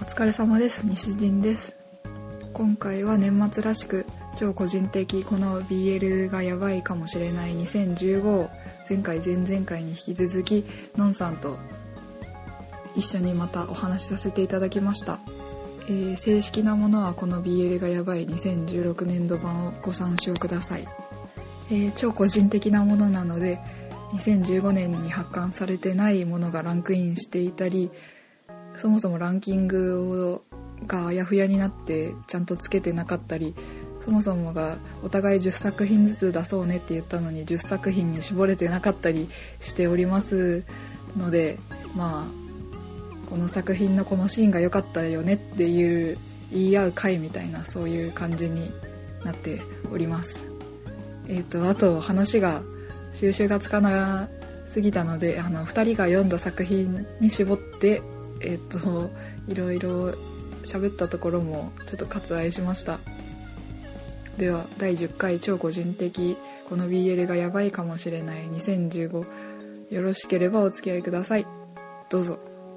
お疲れ様です。西陣です。今回は年末らしく超個人的この BL がやばいかもしれない2015を前回前々回に引き続きのんさんと一緒にまたお話しさせていただきました。正式なものはこの BL がやばい2016年度版をご参照ください。超個人的なものなので2015年に発刊されてないものがランクインしていたり、そもそもランキングがあやふやになってちゃんとつけてなかったり、そもそもがお互い10作品ずつ出そうねって言ったのに10作品に絞れてなかったりしておりますので、まあこの作品のこのシーンが良かったよねっていう言い合う回みたいな、そういう感じになっております。あと話が収集がつかなすぎたので、2人が読んだ作品に絞っていろいろ喋ったところもちょっと割愛しました。では第10回超個人的この BL がやばいかもしれない2015、よろしければお付き合いください。どうぞ。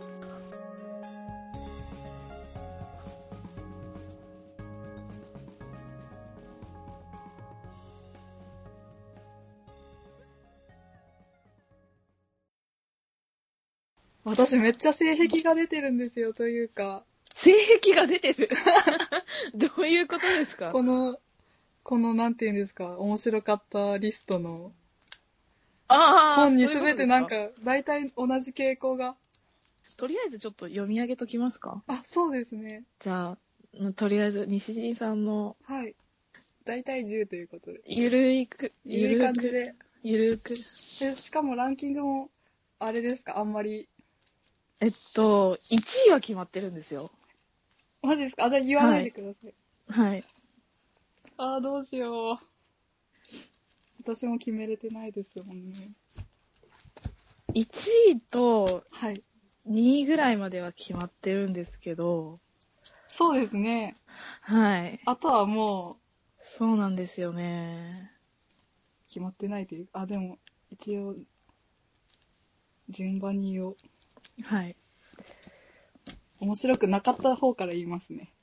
私めっちゃ性癖が出てるんですよ。というか性癖が出てるどういうことですか？ このなんていうんですか、面白かったリストの本にすべてなんか大体同じ傾向が。 とりあえずちょっと読み上げときますか？ あ、そうですね。 じゃあとりあえず西陣さんの大体10ということでゆるい感じでゆるくで、しかもランキングもあれですか、あんまり 1位は決まってるんですよ。 マジですか？あ、じゃあ言わないでください。 はい。 あー、どうしよう。私も決めれてないですもんね。 1位と2位ぐらいまでは決まってるんですけど。 そうですね。 はい。 あとはもうそうなんですよね。 決まってないという。あ、でも一応順番に言おう。 はい。 面白くなかった方から言いますね。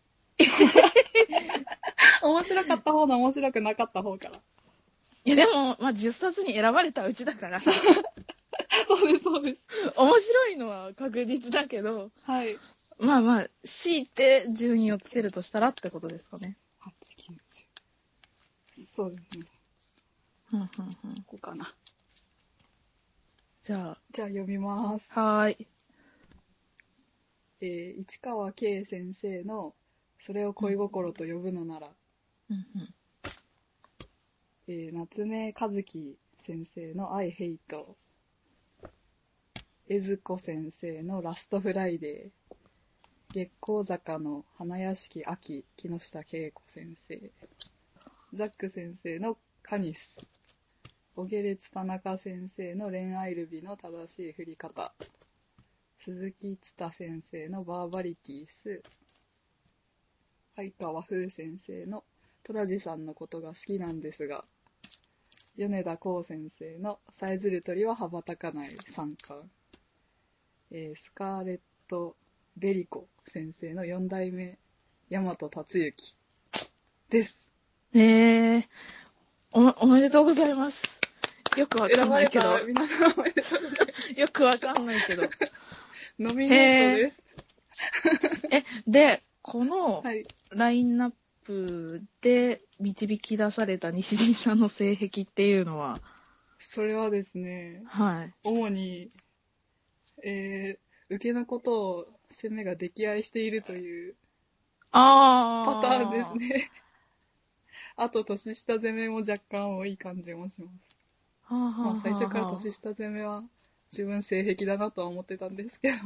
面白かった方の面白くなかった方から。 いやでも、まあ、10冊に選ばれたうちだから。 そうです、そうです。 面白いのは確実だけど、 はい。 まあまあ、強いて順位をつけるとしたらってことですかね。 8、9、10。そうですね。ここかな。 じゃあ読みます。 はーい。 市川圭先生のそれを恋心と呼ぶのなら、夏目和樹先生のアイヘイト、江津子先生のラストフライデー、月光坂の花屋敷秋木下恵子先生、ザック先生のカニス、オゲレツ田中先生の恋愛ルビの正しい振り方、鈴木つた先生のバーバリティス、相川風先生のトラジさんのことが好きなんですが、米田光先生のさえずる鳥は羽ばたかない3巻、スカーレット・ベリコ先生の4代目大和達之です。 おめでとうございます。よくわかんないけど。 皆さんおめでとうございます。 よくわかんないけど。 ノミネートです。 で、このラインナップで導き出された西陣さんの性癖っていうのは、 それはですね、主に、受けのことを攻めが溺愛しているというパターンですね。あと年下攻めも若干多い感じもします。まあ最初から年下攻めは自分性癖だなとは思ってたんですけど。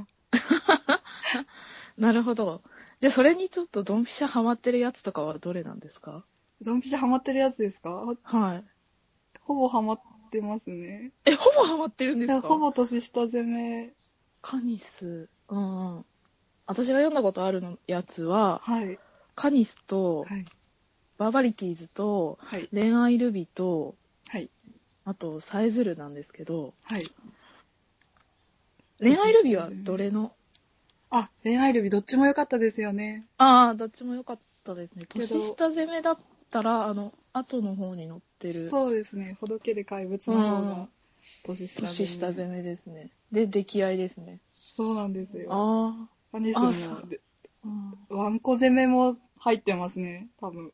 なるほど。じゃあそれにちょっとドンピシャハマってるやつとかはどれなんですか？ ドンピシャハマってるやつですか？ はい。 ほぼハマってますね。 ほぼハマってるんですか？ ほぼ年下攻め。 カニス。私が読んだことあるのやつは、カニスと、バーバリティーズと、恋愛ルビと、あとさえずるなんですけど、恋愛ルビはどれのあ、恋愛ルビどっちも良かったですよね。 ああ、どっちも良かったですね。年下攻めだったら、後の方に載ってる。 そうですね。ほどける怪物の方が年下攻めですね。で、出来合いですね。 そうなんですよ。 あカニスも、ワンコ攻めも入ってますね、多分。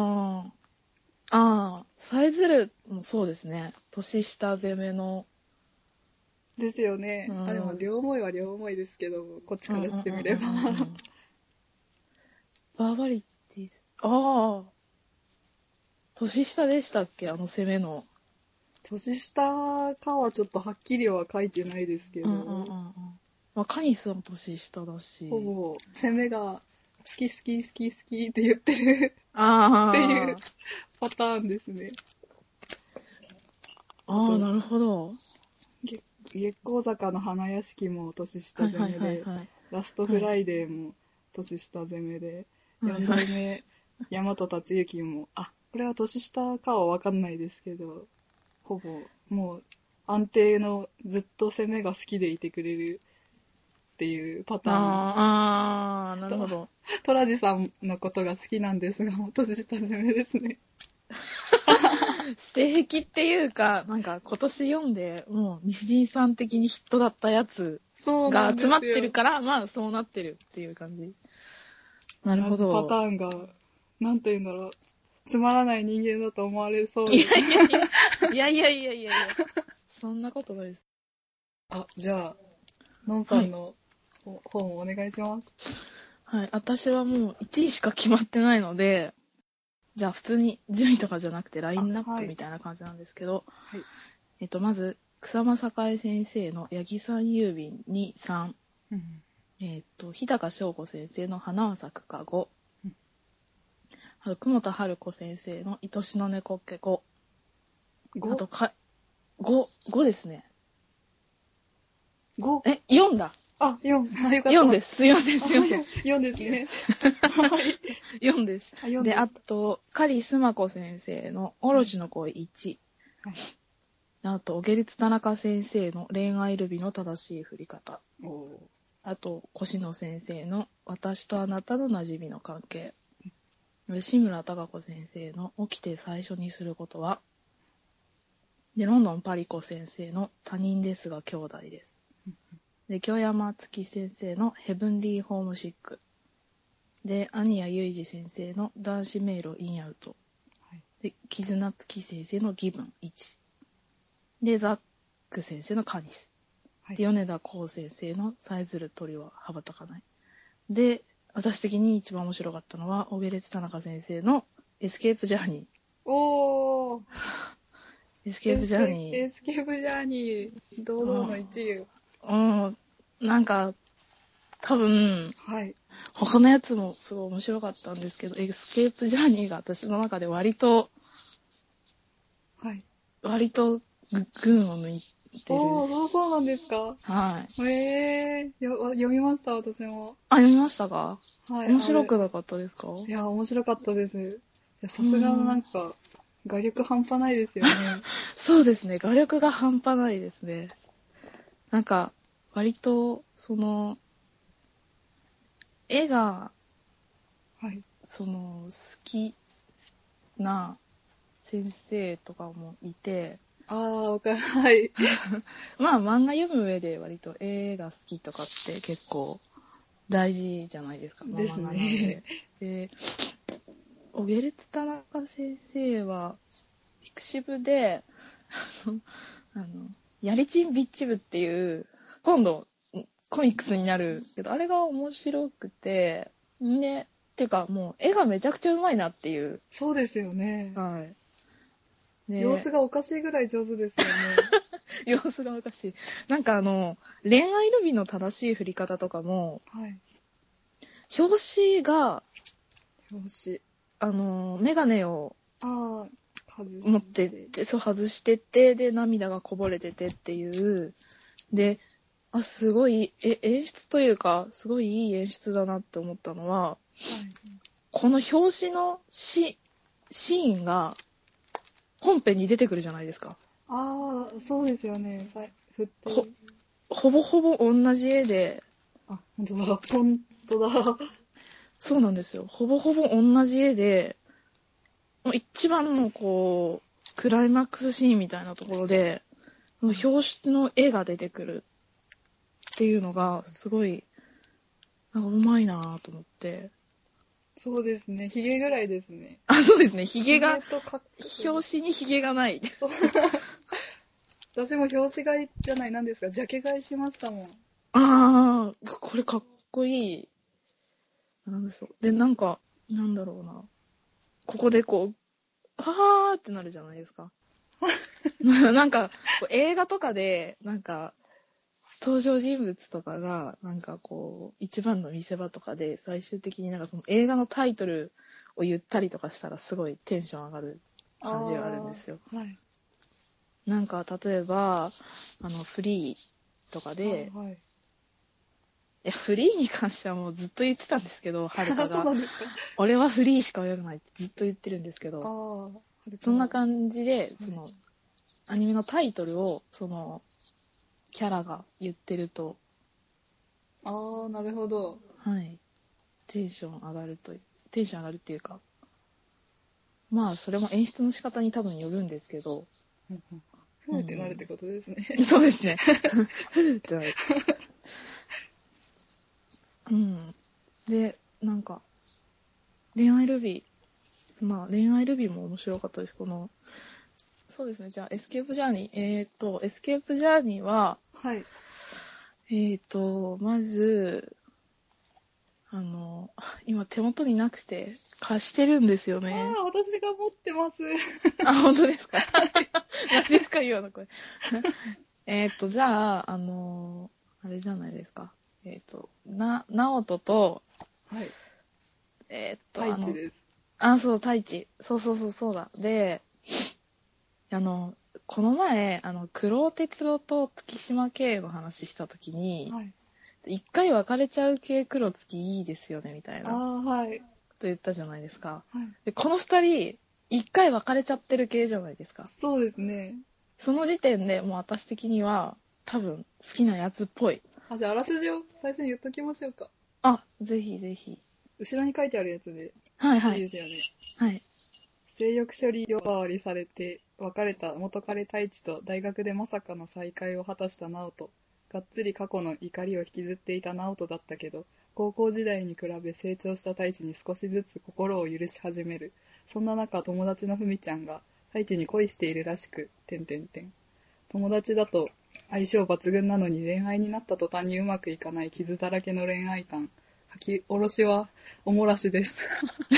さえずるもそうですね。年下攻めの。 ですよね。でも両思いは両思いですけど、こっちからしてみれば。 バーバリティス。ああ。年下でしたっけ、あの攻めの。 年下かはちょっとはっきりは書いてないですけど。 まあ、カニスも年下だし。 ほぼ、攻めが、好き好き好き好きって言ってるっていうパターンですね。 なるほど。 月光坂の花屋敷も年下攻めで、ラストフライデーも年下攻めで、4代目大和達之も、これは年下かは分かんないですけど、ほぼもう安定のずっと攻めが好きでいてくれるっていうパターン。 なるほど。 トラジさんのことが好きなんですが、年下攻めですね。 性癖っていうか、なんか今年読んで、もう西陣さん的にヒットだったやつが集まってるから、まあそうなってるっていう感じ。なるほど。 パターンが、なんて言うんだろう。つまらない人間だと思われそうで。 いやいや。そんなことないです。 じゃあ、のんさんの本をお願いします。 はい。私はもう1位しか決まってないので、じゃあ普通に順位とかじゃなくてラインナップみたいな感じなんですけど、まず、草間栄先生の八木さん郵便に3、日高翔子先生の花は咲くか5、あと、久保田春子先生の愛しの猫っけ5、あと5ですね。 5？ 4だ。 4。よかった。 4です。すいません。 4ですね。 4です。で、あと、狩須磨子先生のおろしの恋1。あと、小毛津田中先生の恋愛ルビの正しい振り方。あと、越野先生の私とあなたの馴染みの関係。吉村貴子先生の起きて最初にすることは。で、ロンドンパリコ先生の他人ですが兄弟です。で、京山月先生のヘブンリーホームシック。で、アニヤユイジ先生の男子迷路インアウト。で、絆月先生のギブン1。で、ザック先生のカニス。で、米田光先生のさえずる鳥は羽ばたかない。で、私的に一番面白かったのは、小毛列田中先生のエスケープジャーニー。エスケープジャーニー。 エスケープジャーニー。堂々の1位。 なんか、多分、他のやつもすごい面白かったんですけど、エスケープジャーニーが私の中で割と群を抜いてる。 そうなんですか？ はい。 読みました、私も。 読みましたか？面白くなかったですか？ いや、面白かったです。さすがなんか、画力半端ないですよね。 そうですね、画力が半端ないですね。なんか、割と、絵が、好きな先生とかもいて、 わかる。 まあ、漫画読む上で割と絵が好きとかって結構大事じゃないですか。 ですね。 で、小毛列田中先生は、ピクシブで、やりちんビッチ部っていう、今度、コミックスになるけど、あれが面白くて、ね、てかもう絵がめちゃくちゃうまいなっていう。 そうですよね。 ね、 様子がおかしいぐらい上手ですよね。 様子がおかしい。なんか恋愛ルビの正しい振り方とかも、表紙が、メガネを持ってって、外してって、で、涙がこぼれててっていう、で、すごい、演出というか、すごいいい演出だなって思ったのは、この表紙のシーンが、本編に出てくるじゃないですか。 そうですよね。 ほぼほぼ同じ絵で、 あ、本当だ、本当だ。 そうなんですよ。ほぼほぼ同じ絵で、もう一番のこう、クライマックスシーンみたいなところで、表紙の絵が出てくるっていうのが、すごい、なんかうまいなぁと思って。 そうですね、ヒゲぐらいですね。 あ、そうですね、ヒゲが、 表紙にヒゲがない。 私も表紙買いじゃない、何ですか、ジャケ買いしましたもん。 ああ、これかっこいい。なんでそう。で、なんか、なんだろうな。ここでこう、はーってなるじゃないですか。なんか、映画とかで、なんか、登場人物とかが、なんかこう、一番の見せ場とかで、最終的になんかその映画のタイトルを言ったりとかしたら、すごいテンション上がる感じがあるんですよ。 はい。 なんか、例えば、フリーとかで、 はい。 いや、フリーに関してはもうずっと言ってたんですけど、はるかそうが。 なんですか。 俺はフリーしか泳がないってずっと言ってるんですけど、そんな感じで、その、アニメのタイトルを、その、キャラが言ってると、 ああ、なるほど。 はい。テンション上がるっていうか、まあ、それも演出の仕方に多分よるんですけど、 ふーってなるってことですね。 そうですね。ふーってなる。うん。で、なんか、恋愛ルビー。まあ、恋愛ルビーも面白かったです。そうですね。じゃあ、エスケープジャーニー。エスケープジャーニーは、 はい。 まず、今手元になくて貸してるんですよね。 ああ、私が持ってます。 あ、本当ですか？何ですか、今の声。じゃあ、あれじゃないですか。ナオトと、 はい。 太一です。 あ、そう、太一。そうだ。で、この前、黒鉄郎と月島系の話したときに、 はい。 一回別れちゃう系黒月いいですよね、みたいな。 はい。 と言ったじゃないですか。 はい。 で、この二人、一回別れちゃってる系じゃないですか。 そうですね。 その時点でもう私的には、多分、好きなやつっぽい。 じゃあ、あらすじを最初に言っときましょうか。 あ、ぜひぜひ。 後ろに書いてあるやつで。 はいはい。 いいですよね。 はい。 性欲処理呼ばわりされて、別れた元彼太一と大学でまさかの再会を果たした直人。がっつり過去の怒りを引きずっていた直人だったけど、高校時代に比べ成長した太一に少しずつ心を許し始める。そんな中、友達のふみちゃんが太一に恋しているらしく、友達だと相性抜群なのに恋愛になった途端にうまくいかない傷だらけの恋愛観。書き下ろしはおもらしです。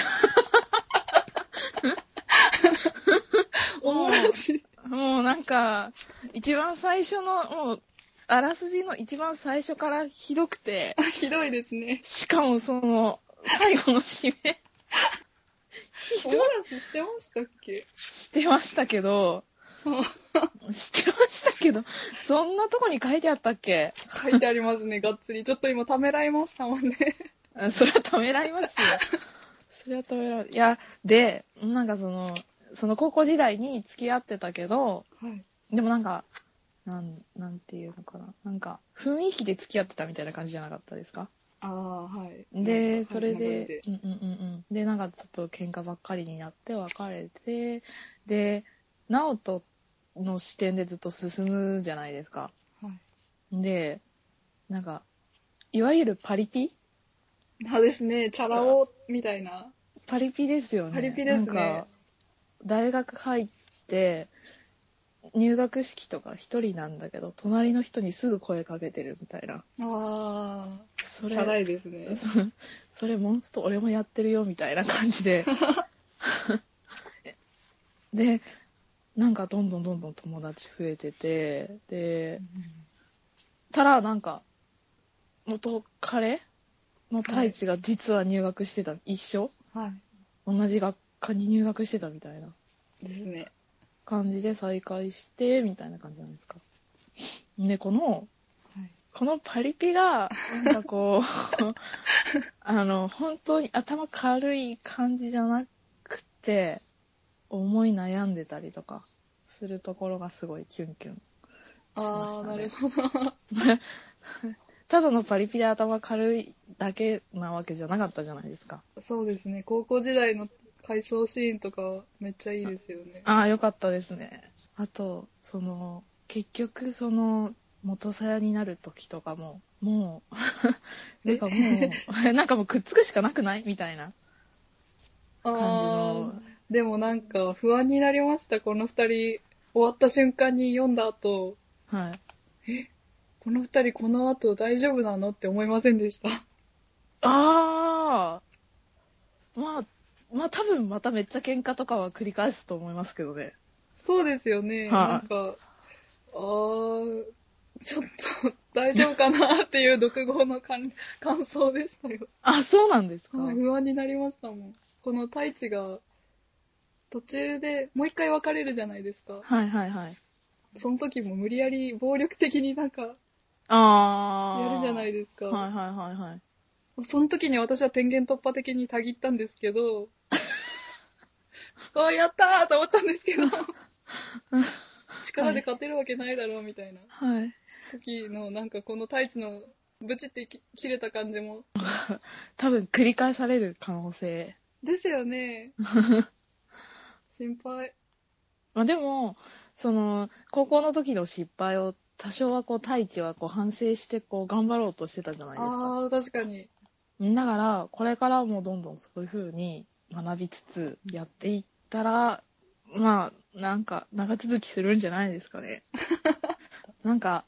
おもらし。 もうなんか、一番最初の、もう、あらすじの一番最初からひどくて。 ひどいですね。 しかもその、最後の締め。 おもらししてましたっけ？ してましたけど、そんなとこに書いてあったっけ？ 書いてありますね、がっつり。ちょっと今ためらいましたもんね。 それはためらいますよ。それはためらい。いや、で、なんかその高校時代に付き合ってたけど、 はい。 でもなんか、なんていうのかな。なんか、雰囲気で付き合ってたみたいな感じじゃなかったですか？ はい。 で、それで、で、なんかちょっと喧嘩ばっかりになって別れて、で、直人の視点でずっと進むじゃないですか。 はい。 で、なんか、いわゆるパリピですね、チャラ男みたいな。 パリピですよね。 パリピですね。 なんか、大学入って、入学式とか一人なんだけど、隣の人にすぐ声かけてるみたいな。 チャラいですね。 それモンスト俺もやってるよみたいな感じで。で、なんかどんどん友達増えてて、で、ただなんか、元彼の太一が実は入学してた、一緒、 はい。 同じ学科に入学してたみたいな。 ですね。 感じで再会して、みたいな感じなんですか。で、このパリピが、なんかこう、本当に頭軽い感じじゃなくて、思い悩んでたりとかするところがすごいキュンキュンしましたね。 なるほど。 ただのパリピで頭軽いだけなわけじゃなかったじゃないですか。 そうですね。高校時代の回想シーンとかめっちゃいいですよね。 ああ、よかったですね。あと、結局元さやになる時とかも、もう、なんかもうくっつくしかなくないみたいな感じの。 でもなんか不安になりました。この二人終わった瞬間に読んだ後。 はい。 この二人この後大丈夫なのって思いませんでした。 ああ。まあ多分まためっちゃ喧嘩とかは繰り返すと思いますけどね。 そうですよね。なんか、ちょっと大丈夫かなっていう読後の感想でしたよ。 あ、そうなんですか。 不安になりましたもん。この太一が途中でもう一回別れるじゃないですか。 はいはいはい。 その時も無理やり暴力的になんか、やるじゃないですか。 はいはいはいはい。 その時に私は天元突破的にたぎったんですけど、やったーと思ったんですけど、力で勝てるわけないだろうみたいな。 はい。 時のなんかこの太一のブチって切れた感じも。 多分繰り返される可能性。 ですよね。心配。 まあでも、高校の時の失敗を多少は太一は反省して頑張ろうとしてたじゃないですか。 ああ、確かに。 だから、これからもどんどんそういう風に学びつつやっていったら、まあ、なんか長続きするんじゃないですかね。なんか、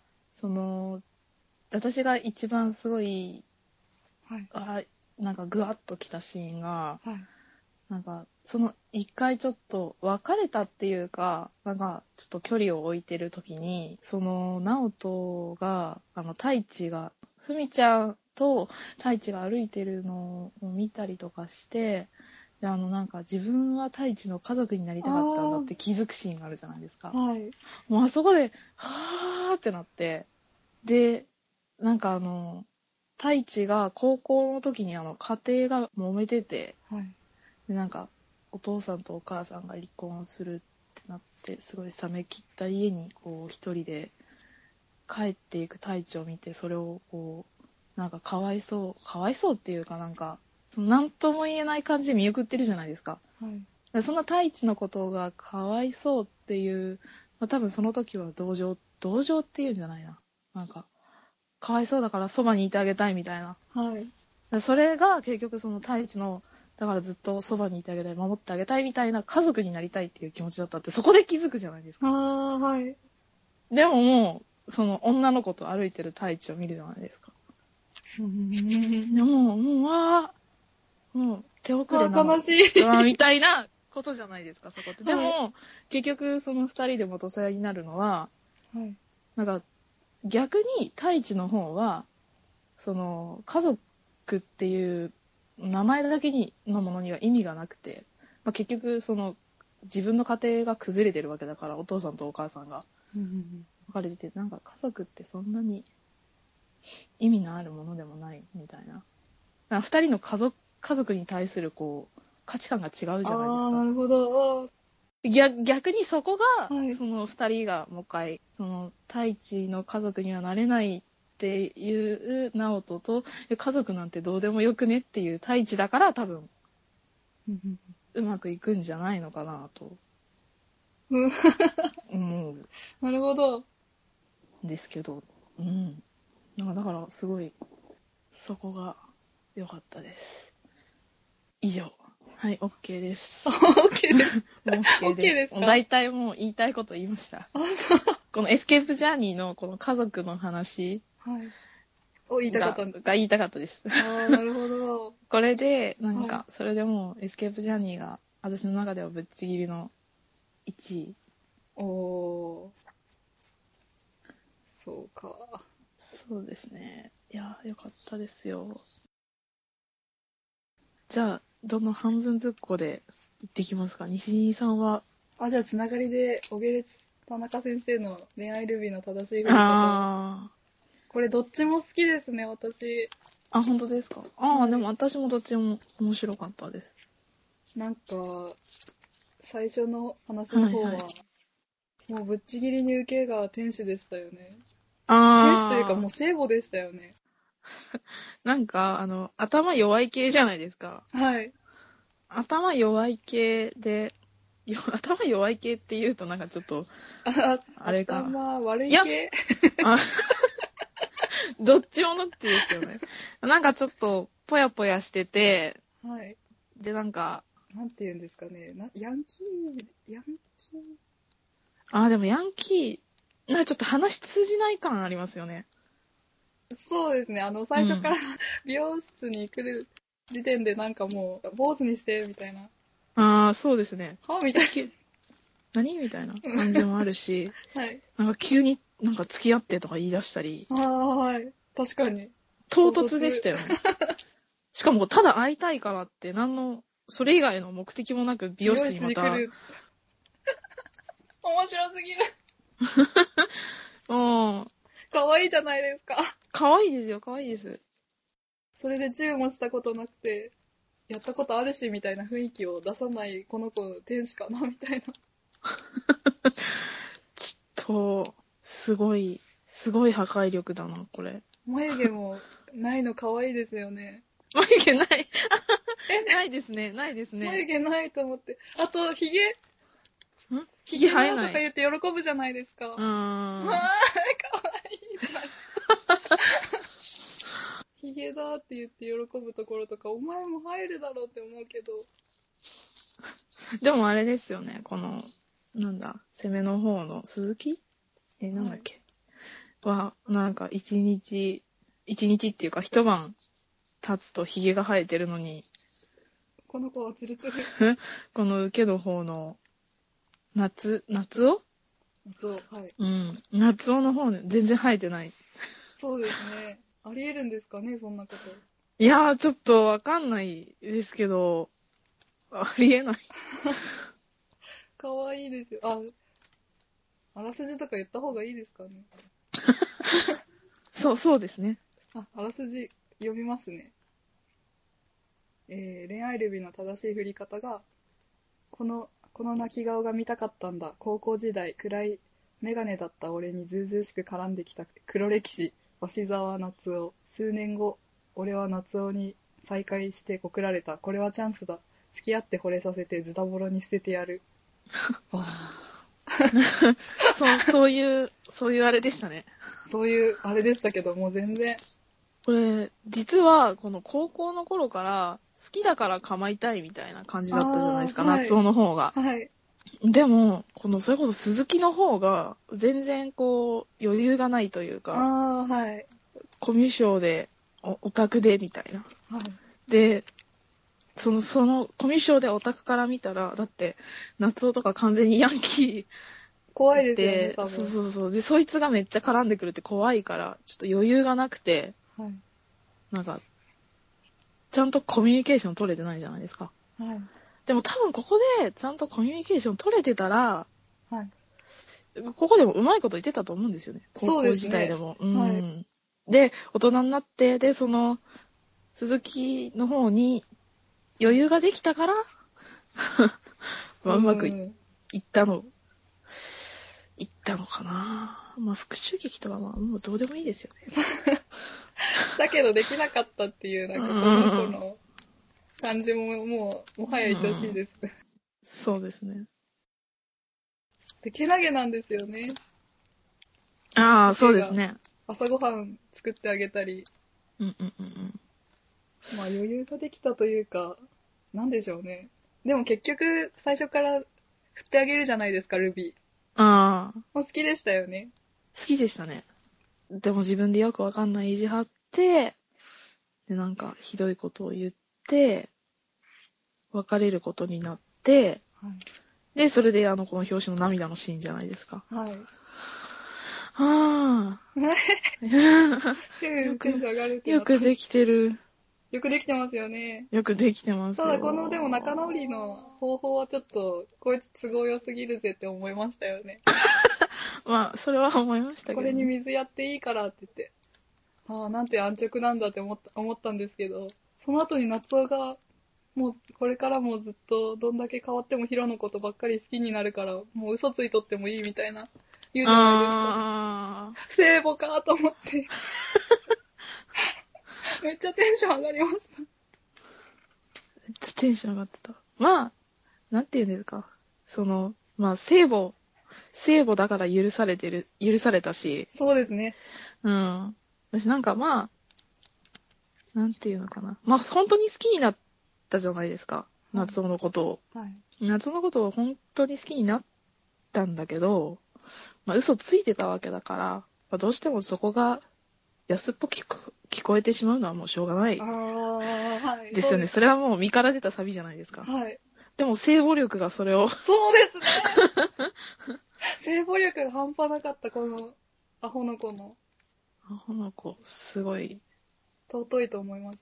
私が一番すごい、なんかぐわっときたシーンが、なんか、一回ちょっと別れたっていうか、なんかちょっと距離を置いてる時に、直人が、太一が、ふみちゃんと太一が歩いてるのを見たりとかして、で、なんか自分は太一の家族になりたかったんだって気づくシーンがあるじゃないですか。 はい。 もうあそこで、はーってなって、で、なんか太一が高校の時に家庭が揉めてて、 はい。 で、なんか、お父さんとお母さんが離婚するってなって、すごい冷め切った家に、一人で帰っていく太一を見て、それを、なんかかわいそうっていうかなんか、なんとも言えない感じで見送ってるじゃないですか。 はい。 でそんな太一のことがかわいそうっていう、まあ、多分その時は同情っていうんじゃないな。なんか、かわいそうだからそばにいてあげたいみたいな。 はい。 それが結局太一の、だからずっとそばにいてあげたい、守ってあげたいみたいな家族になりたいっていう気持ちだったって、そこで気づくじゃないですか。 はい。 でももう、女の子と歩いてる太一を見るじゃないですか。でももう手遅れな悲しい。 みたいなことじゃないですか、そこって。でも、結局二人で元さやになるのは、なんか、逆に太一の方は、家族っていう名前だけのものには意味がなくて、まあ、結局自分の家庭が崩れてるわけだから、お父さんとお母さんが別れてて、なんか家族ってそんなに意味のあるものでもないみたいな。二人の家族に対する価値観が違うじゃないですか。 なるほど。 逆にそこが、二人がもう一回、太一の家族にはなれないっていう直人と、家族なんてどうでもよくねっていう太一だから多分、うまくいくんじゃないのかなと思う。 なるほど。 ですけど、だからすごい、そこが良かったです。以上。はい、OK です。 OK です。 OK です。大体もう言いたいこと言いました。このエスケープジャーニーのこの家族の話を言いたかった言いたかったです。 なるほど。 これで、なんか、それでもうエスケープジャーニーが私の中ではぶっちぎりの1位。 そうか。 そうですね。いや、よかったですよ。じゃあ、どの半分ずっこで言ってきますか？西井さんは。 じゃあ、つながりで、小下劣田中先生の恋愛ルビーの正しい振り方。これ、どっちも好きですね、私。 本当ですか？でも私もどっちも面白かったです。 なんか、最初の話の方は、もうぶっちぎりに受けが天使でしたよね。天使というかもう聖母でしたよね。 なんか、頭弱い系じゃないですか。 はい。 頭弱い系で、頭弱い系って言うとなんかちょっと、あれか。 頭悪い系どっちもどっちですよね。なんかちょっと、ぽやぽやしてて、 はい。 で、なんか、 なんて言うんですかね。ヤンキー。 でもヤンキー、なんかちょっと話通じない感ありますよね。 そうですね。最初から美容室に来る時点でなんかもう、坊主にして、みたいな。 そうですね。 はみたいな。 何みたいな感じもあるし、 はい。 なんか急になんか付き合ってとか言い出したり。 はい。確かに。 唐突でしたよね。しかも、ただ会いたいからって、それ以外の目的もなく美容室にまた。 来る。面白すぎる。 うん。 可愛いじゃないですか。 可愛いですよ、可愛いです。それでチューもしたことなくて、やったことあるしみたいな雰囲気を出さないこの子天使かなみたいな。 ちょっと、すごい破壊力だな、これ。 眉毛もないの可愛いですよね。 眉毛ない。ないですね、ないですね。 眉毛ないと思って。あと、髭ひげ生えない。 とか言って喜ぶじゃないですか。かわいい。ヒゲだって言って喜ぶところとか、お前も入るだろうって思うけど。 でもあれですよね、攻めの方の鈴木なんだっけ、なんか一日っていうか一晩経つとヒゲが生えてるのに、 この子はツルツル。 この受けの方の夏男、 はい。 うん。夏男の方ね、全然生えてない。 そうですね。ありえるんですかね、そんなこと。 いやー、ちょっとわかんないですけど、ありえない。 かわいいですよ。あらすじとか言った方がいいですかね。 そうですね。 あらすじ読みますね。恋愛ルビの正しい振り方が、この泣き顔が見たかったんだ。高校時代、暗いメガネだった俺にずうずうしく絡んできた黒歴史、鷲沢夏夫。数年後、俺は夏夫に再会して告られた。これはチャンスだ。付き合って惚れさせてズタボロに捨ててやる。 そういうあれでしたね。 そういうあれでしたけど、もう全然。 これ、実は、この高校の頃から、好きだから構いたいみたいな感じだったじゃないですか、夏男の方が。 はい。 でも、それこそ鈴木の方が、全然余裕がないというか、 はい。 コミュ障で、オタクで、みたいな。はい。で、そのコミュ障でオタクから見たら、だって、夏男とか完全にヤンキー、 怖いですよね、多分。そう。で、そいつがめっちゃ絡んでくるって怖いから、ちょっと余裕がなくて、はい。なんか、ちゃんとコミュニケーション取れてないじゃないですか。はい。でも多分ここで、ちゃんとコミュニケーション取れてたら、はい。ここでもうまいこと言ってたと思うんですよね。高校時代でも。そうですね。はい。で、大人になって、で、鈴木の方に余裕ができたから、うまくいったのかな。復讐劇とかもうどうでもいいですよね。 だけどできなかったっていう、なんかこの子の感じももはや愛しいです。 そうですね。 で、けなげなんですよね。 そうですね。 朝ごはん作ってあげたり。余裕ができたというか、なんでしょうね。でも結局、最初から振ってあげるじゃないですか、ルビー。好きでしたよね。 好きでしたね。でも自分でよくわかんない意地張って、で、なんかひどいことを言って、別れることになって、はい、で、それでこの表紙の涙のシーンじゃないですか。はい。よくできてる。 よくできてますよね。 よくできてますよ。 ただでも仲直りの方法はちょっと、こいつ都合良すぎるぜって思いましたよね。 それは思いましたけど、 これに水やっていいからって言って。なんて安直なんだって思ったんですけど、その後に夏夫が、もうこれからもずっとどんだけ変わってもヒロのことばっかり好きになるから、もう嘘ついとってもいいみたいな言うじゃないですか。聖母かと思って。 めっちゃテンション上がりました。 めっちゃテンション上がってた。まあ、なんて言うんですか。まあ、聖母だから許されたし。 そうですね。 うん。私なんかまあ、なんていうのかな。まあ、本当に好きになったじゃないですか。はい、夏男のことを。はい。夏男のことを本当に好きになったんだけど、まあ、嘘ついてたわけだから、まあ、どうしてもそこが安っぽく聞こえてしまうのはもうしょうがない。はい。ですよね。それはもう身から出たサビじゃないですか。はい。でも性暴力がそれを。 そうですね。性暴力が半端なかった、このアホの子の。 アホの子、すごい。 尊いと思います。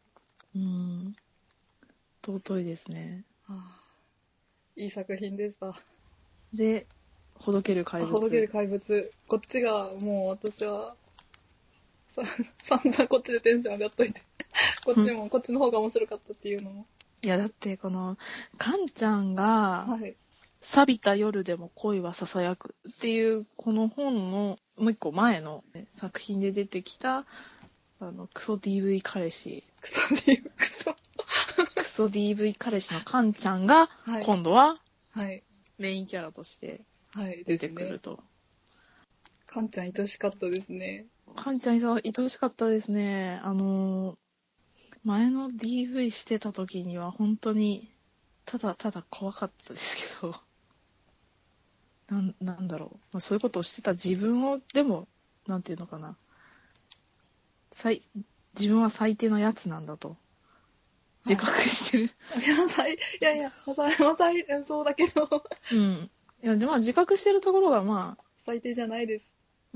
尊いですね。 はあ、いい作品でした。 で、ほどける怪物。 ほどける怪物。こっちが、もう私は、散々こっちでテンション上がっといて。こっちの方が面白かったっていうのも。 いや、だって、カンちゃんが、はい。錆びた夜でも恋は囁くっていう、この本のもう一個前の作品で出てきた、クソ DV 彼氏。 クソ DV 彼氏のカンちゃんが、今度は、メインキャラとして出てくると。 カンちゃん愛しかったですね。 カンちゃん愛しかったですね。前の DV してた時には本当に、ただ怖かったですけど、なんだろう。まあ、そういうことをしてた自分を、でも、なんていうのかな。自分は最低なやつなんだと。自覚してる。 いや、そうだけど。 うん。いや、でも自覚してるところがまあ。 最低じゃないです。 うん。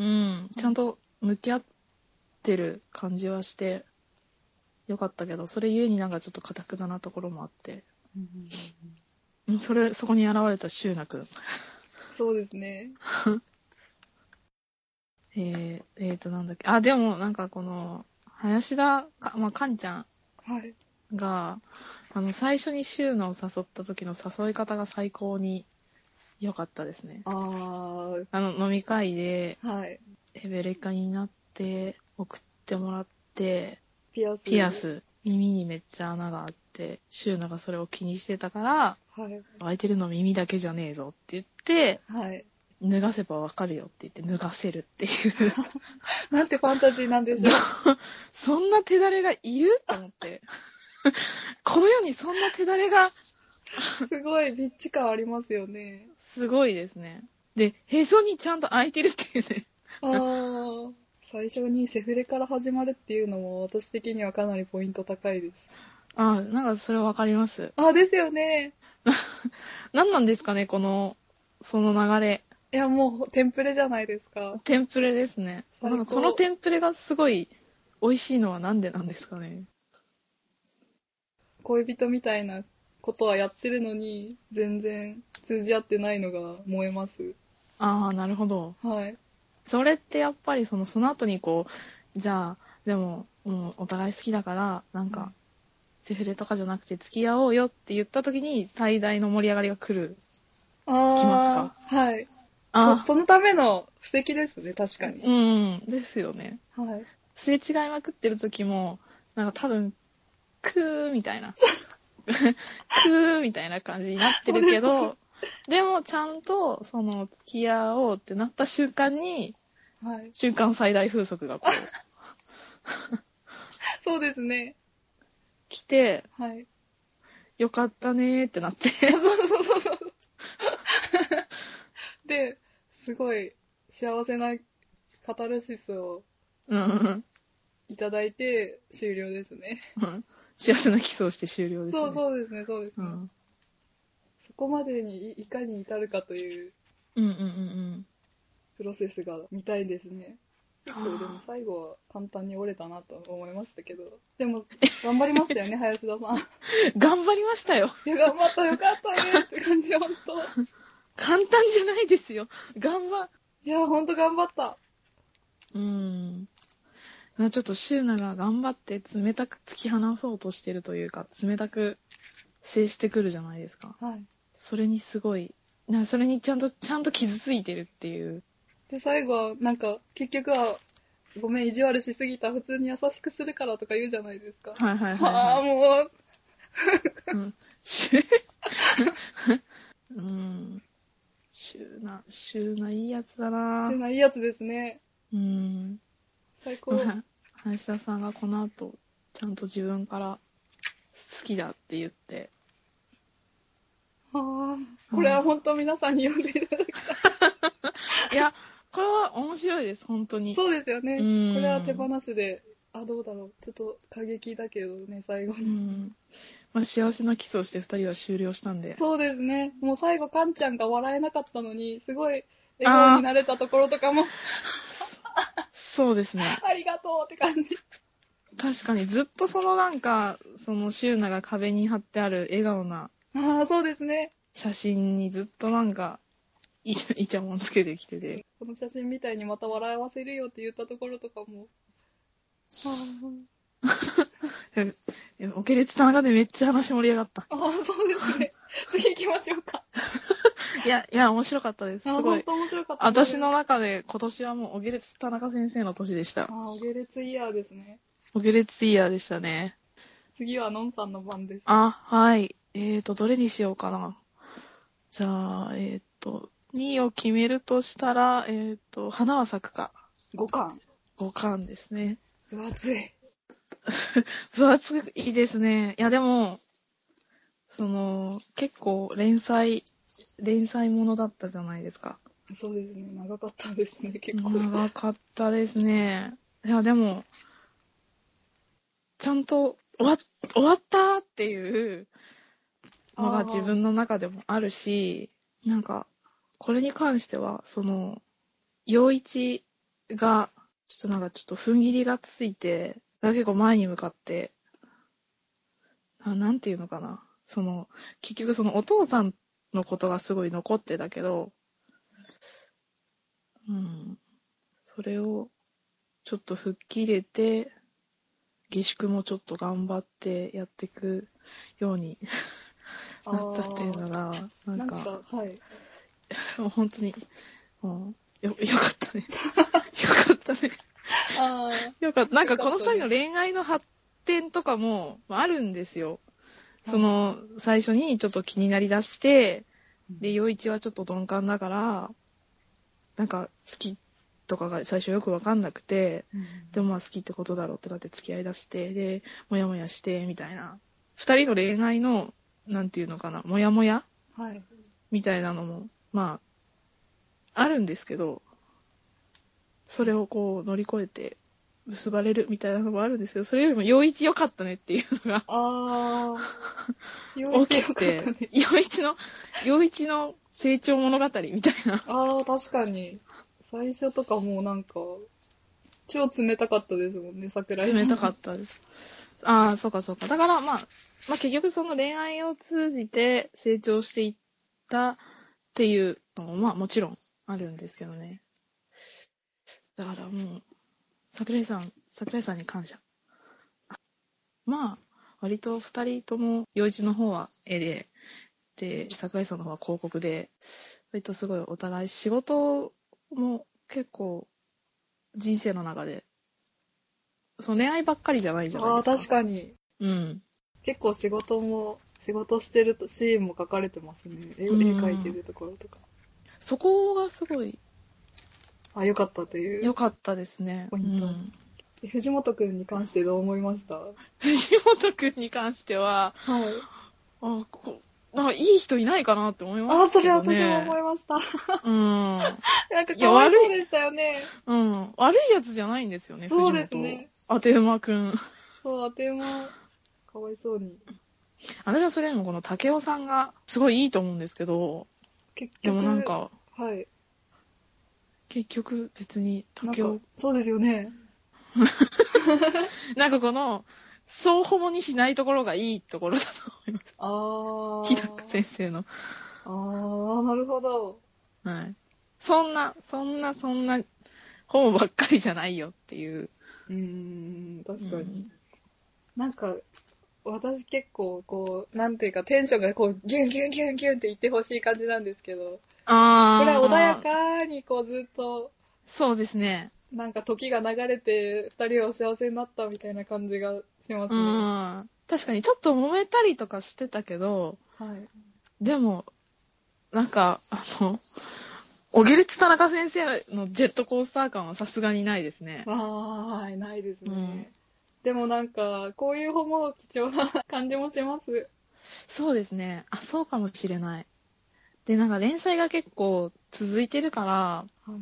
ちゃんと向き合ってる感じはして、よかったけど、それゆえになんかちょっと堅くなところもあって。そこに現れたシュウナくん。 そうですね。 なんだっけ。あ、でも、なんかこの、林田カンちゃんが、最初にシュウナを誘った時の誘い方が最高に良かったですね。飲み会で、ヘベレカになって、送ってもらって、ピアス、耳にめっちゃ穴があって、シュウナがそれを気にしてたから、開いてるの耳だけじゃねえぞって言って、脱がせばわかるよって言って脱がせるっていうなんてファンタジーなんでしょう。 そんな手だれがいると思って。この世にそんな手だれがすごいビッチ感ありますよね。 すごいですね。で、へそにちゃんと開いてるっていうね。 最初にセフレから始まるっていうのも私的にはかなりポイント高いです。 なんかそれわかります。 ですよね。 何なんですかね、その流れ。 いや、もうテンプレじゃないですか。 テンプレですね。なんかそのテンプレがすごい美味しいのはなんでなんですかね。 恋人みたいなことはやってるのに全然通じ合ってないのが燃えます。 なるほど。はい。それってやっぱりその後にじゃあでも、お互い好きだからなんか、セフレとかじゃなくて付き合おうよって言った時に最大の盛り上がりが来ますか？ はい。そのための布石ですね、確かに。ですよね。はい。すれ違いまくってる時も、なんか多分、みたいな。みたいな感じになってるけど、でもちゃんと、付き合おうってなった瞬間に、瞬間最大風速がそうですね。 来て、よかったねーってなって。そう。 で、すごい幸せなカタルシスをいただいて終了ですね。 幸せなキスをして終了ですね。 そうですね。そこまでにいかに至るかというプロセスが見たいですね。結構でも最後は簡単に折れたなと思いましたけど、でも頑張りましたよね、林田さん。 頑張りましたよ。 いや、頑張った、よかったねって感じ、ほんと。 簡単じゃないですよ。 いや、ほんと頑張った。 ちょっとシュウナが頑張って冷たく突き放そうとしてるというか、冷たく接してくるじゃないですか。はい。それにすごい、それにちゃんと傷ついてるっていう。 で、最後は、なんか、結局は、 ごめん意地悪しすぎた、普通に優しくするからとか言うじゃないですか。 はいはいはい、はい。 もう。 うん。うん。シューナ、いいやつだな。 シューナいいやつですね。最高。 林田さんがこの後、ちゃんと自分から好きだって言って。 これは本当皆さんに読んでいただきたい。 いや、これは面白いです、本当に。 そうですよね。これは手放しで、どうだろう。ちょっと過激だけどね、最後に。 まあ、幸せなキスをして2人は終了したんで。 そうですね。もう最後、カンちゃんが笑えなかったのに、すごい笑顔になれたところとかも。 そうですね。 ありがとうって感じ。 確かに、ずっとそのシューナが壁に貼ってある笑顔な。 そうですね。 写真にずっとイチャモンつけてきてて。 この写真みたいにまた笑わせるよって言ったところとかも。 オケレツ田中でめっちゃ話盛り上がった。 そうですね。次行きましょうか。 いや、面白かったです。すごい。 本当面白かった。 私の中で今年はもうオゲレツ田中先生の年でした。 オゲレツイヤーですね。 オゲレツイヤーでしたね。 次はのんさんの番です。 はい。どれにしようかな。じゃあ、2位を決めるとしたら、花は咲くか。 5巻。 5巻ですね。 分厚い。 分厚いですね。いや、でも、結構連載ものだったじゃないですか。 そうですね。長かったですね、結構。 長かったですね。いや、でも、ちゃんと終わったっていうのが自分の中でもあるし、これに関しては、陽一が、ちょっと踏ん切りがついて、結構前に向かって、なんていうのかな。結局お父さんのことがすごい残ってたけど、それをちょっと吹っ切れて、下宿もちょっと頑張ってやっていくようになったっていうのが、 はい。 もう本当に、よかったね。よかったね。よかった。この二人の恋愛の発展とかもあるんですよ。最初にちょっと気になりだして、で、陽一はちょっと鈍感だから、好きとかが最初よくわかんなくて、でも好きってことだろうってなって付き合いだして、で、もやもやして、みたいな。二人の恋愛の、なんていうのかな、もやもやみたいなのも、あるんですけど、それを乗り越えて結ばれるみたいなのもあるんですけど、それよりも陽一良かったねっていうのが大きくて、陽一の成長物語みたいな。 確かに。最初とかもう超冷たかったですもんね、桜井さん。 冷たかったです。そうか。だから結局その恋愛を通じて成長していったっていうのももちろんあるんですけどね。だからもう、桜井さんに感謝。割と二人とも、陽一の方は絵で、桜井さんの方は広告で、割とすごいお互い仕事も結構人生の中で、恋愛ばっかりじゃないじゃないですか。 確かに。結構仕事してるとシーンも書かれてますね。絵描いてるところとか。 そこがすごい。 良かったという。 良かったですね。 ポイント。藤本くんに関してどう思いました？ 藤本くんに関しては、いい人いないかなって思いましたけどね。 それ私も思いました。かわいそうでしたよね。 悪いやつじゃないんですよね、 そうですね。 当て馬くん。 当て馬、かわいそうに。 私はそれでもこの竹雄さんがすごいいいと思うんですけど、 結局、 でも結局別に竹雄。 そうですよね。 この、そうホモにしないところがいいところだと思います。日高先生の。 なるほど。 はい。そんな、ホモばっかりじゃないよっていう。 確かに。私結構、なんていうか、テンションがギュンギュンギュンギュンって言ってほしい感じなんですけど、これは穏やかにずっと、 そうですね。 なんか時が流れて二人は幸せになったみたいな感じがしますね。 確かにちょっと揉めたりとかしてたけど、 はい。 でも、なんか、小木津田中先生のジェットコースター感はさすがにないですね。 はい、ないですね。でもなんか、こういう方も貴重な感じもします。 そうですね。そうかもしれない。で、なんか連載が結構続いてるから、はい、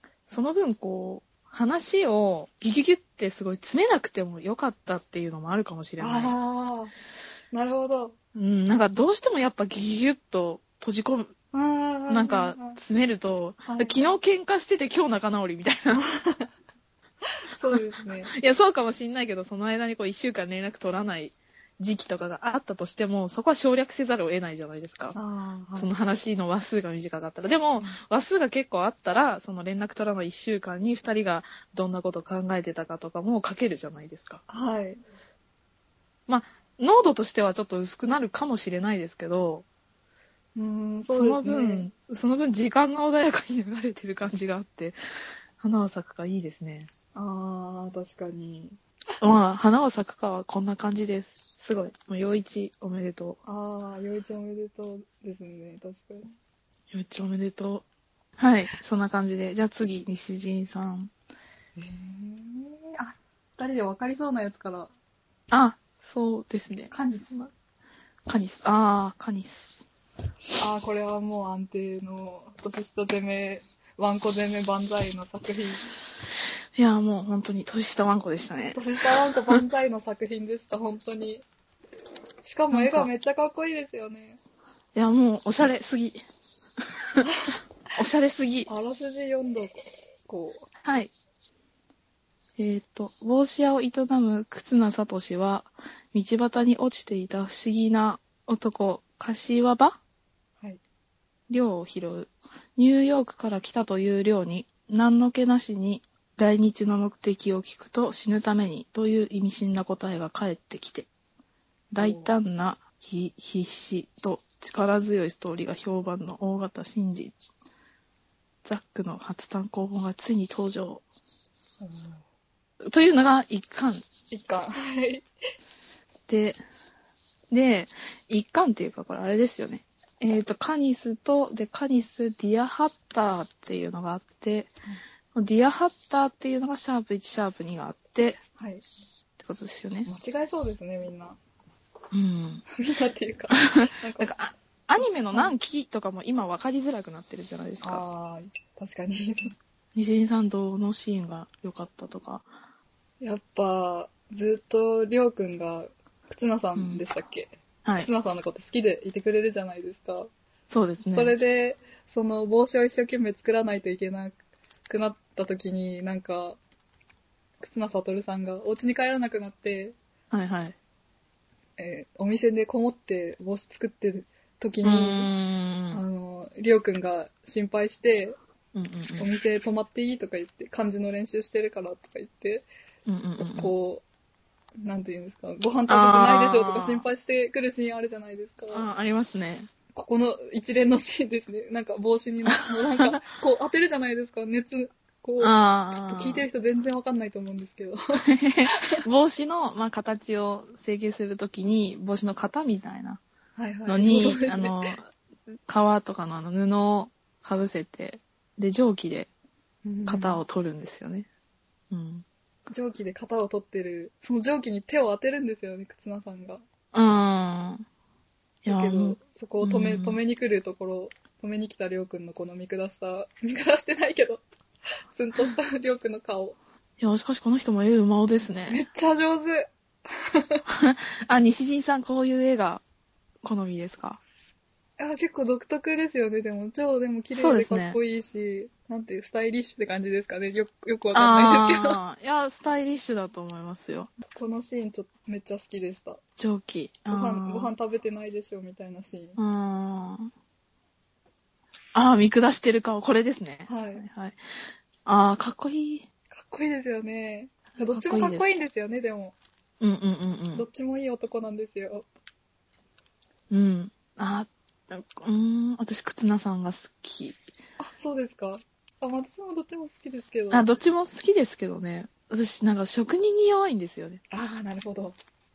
その分話をギュギュギュってすごい詰めなくてもよかったっていうのもあるかもしれない。 なるほど。 なんかどうしてもやっぱギュギュギュッと閉じ込む。なんか詰めると、昨日喧嘩してて今日仲直りみたいな。 そうですね。 いや、そうかもしんないけど、その間に1週間連絡取らない時期とかがあったとしても、そこは省略せざるを得ないじゃないですか。はい、その話の話数が短かったら。でも、話数が結構あったら、その連絡取らない1週間に2人がどんなこと考えてたかとかも書けるじゃないですか。 はい。 まあ、濃度としてはちょっと薄くなるかもしれないですけど、 そうですね。その分時間が穏やかに流れてる感じがあって、花は咲くかいいですね。 確かに。 まあ、花は咲くかはこんな感じです。すごい。もう、陽一おめでとう。 陽一おめでとうですね、確かに。 陽一おめでとう。はい、そんな感じで。じゃあ次、西陣さん。 誰で分かりそうなやつから。 そうですね。 カニス。 カニス。カニス。 これはもう安定の年下攻め、ワンコ攻め万歳の作品。 いや、もう本当に年下ワンコでしたね。 年下ワンコ万歳の作品でした、本当に。しかも絵がめっちゃかっこいいですよね。 いや、もうおしゃれすぎ。おしゃれすぎ。 あらすじ読んどこう。 はい。帽子屋を営む忽那聡は、道端に落ちていた不思議な男、柏場？はい。寮を拾う。ニューヨークから来たという寮に、何の気なしに来日の目的を聞くと死ぬためにという意味深な答えが返ってきて、大胆な必死と力強いストーリーが評判の大型新人。ザックの初単行本がついに登場。というのが一巻。 はい。 で、一巻っていうかこれあれですよね。カニスディアハッターっていうのがあって、ディアハッターっていうのがシャープ1、シャープ2があって、はい。ってことですよね。 間違えそうですね、みんな。 みんなっていうか。 なんかアニメの何期とかも今分かりづらくなってるじゃないですか。 確かに。 西井さんどのシーンが良かったとか。 やっぱ、ずっとりょうくんが、忽那さんでしたっけ？はい。忽那さんのこと好きでいてくれるじゃないですか。 そうですね。 それで、その帽子を一生懸命作らないといけなくなった時に、なんか、忽那悟さんがお家に帰らなくなって、 はいはい。 お店でこもって帽子作ってる時に、りょうくんが心配して、お店泊まっていいとか言って、漢字の練習してるからとか言って、こう、なんて言うんですか、ご飯食べてないでしょとか心配してくるシーンあるじゃないですか。 ありますね。 ここの一連のシーンですね。なんか帽子になんか、こう当てるじゃないですか、熱。こう、ちょっと聞いてる人全然わかんないと思うんですけど。 帽子の、形を成形するときに、帽子の型みたいなのに、革とかの布をかぶせて、で、蒸気で型を取るんですよね。 蒸気で型を取ってる、その蒸気に手を当てるんですよね、忽那さんが。だけど、そこを止めに来るところ、止めに来たりょうくんのこの見下してないけど、ツンとしたりょうくんの顔。 いや、しかしこの人も絵うまおですね。 めっちゃ上手。 西陣さんこういう絵が好みですか？ 結構独特ですよね、でも。でも綺麗でかっこいいし、なんていう、スタイリッシュって感じですかね。よくわかんないですけど。 いや、スタイリッシュだと思いますよ。 このシーンめっちゃ好きでした。 蒸気。 ご飯食べてないでしょ、みたいなシーン。 見下してる顔。これですね。はい。かっこいい。 かっこいいですよね。どっちもかっこいいんですよね、でも。どっちもいい男なんですよ。 私、忽那さんが好き。 そうですか。 私もどっちも好きですけど。 どっちも好きですけどね。私、なんか職人に弱いんですよね。 なるほど。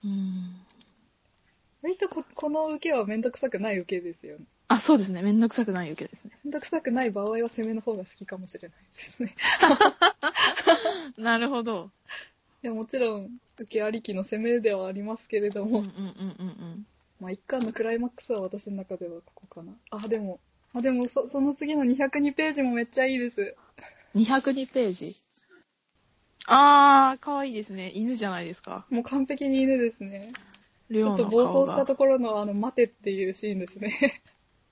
割とこの受けはめんどくさくない受けですよね。 そうですね。めんどくさくない受けですね。 めんどくさくない場合は攻めの方が好きかもしれないですね。 なるほど。 いや、もちろん、受けありきの攻めではありますけれども。まあ、一巻のクライマックスは私の中ではここかな。でもその次の202ページもめっちゃいいです。 202ページ。かわいいですね。犬じゃないですか。 もう完璧に犬ですね。ちょっと暴走したところの待てっていうシーンですね。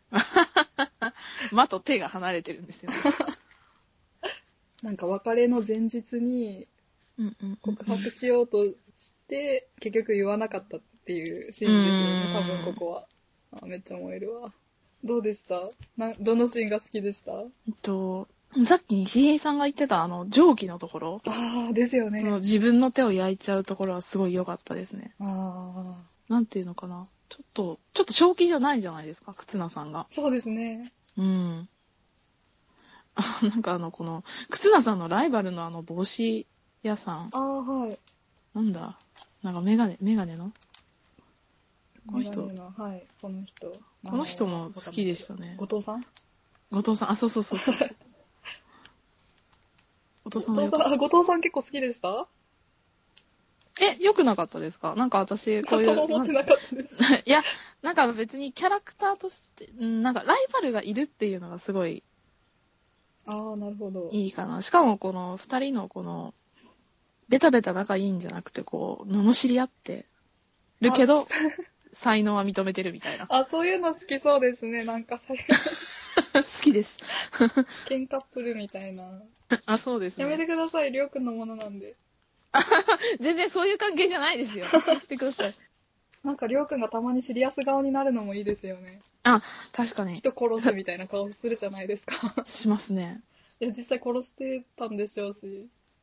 間と手が離れてるんですよね。 なんか別れの前日に告白しようとして結局言わなかったっていうシーンですよね、多分ここは。めっちゃ燃えるわ。どうでした？どのシーンが好きでした？ さっき石井さんが言ってた蒸気のところ。 ですよね。 その自分の手を焼いちゃうところはすごい良かったですね。なんていうのかな。ちょっと正気じゃないじゃないですか、忽那さんが。 そうですね。 なんかこの、忽那さんのライバルの帽子屋さん。 はい。 なんだなんかメガネのこの人。 はい、この人。 この人も好きでしたね。 後藤さん、 そう。後藤さん結構好きでした？ 良くなかったですか？なんか私、こういう。 思ってなかったです。 いや、なんか別にキャラクターとして、なんかライバルがいるっていうのがすごい。 なるほど。 いいかな。しかもこの二人のこの、ベタベタ仲いいんじゃなくて、こう、罵り合ってるけど、才能は認めてるみたいな。 そういうの好きそうですね。なんか好きです。 ケンカップルみたいな。 そうですね。 やめてください。りょうくんのものなんで。 全然そういう関係じゃないですよ。してください。 なんかりょうくんがたまにシリアス顔になるのもいいですよね。 確かに。 人殺すみたいな顔するじゃないですか。 しますね。 いや、実際殺してたんでしょうし。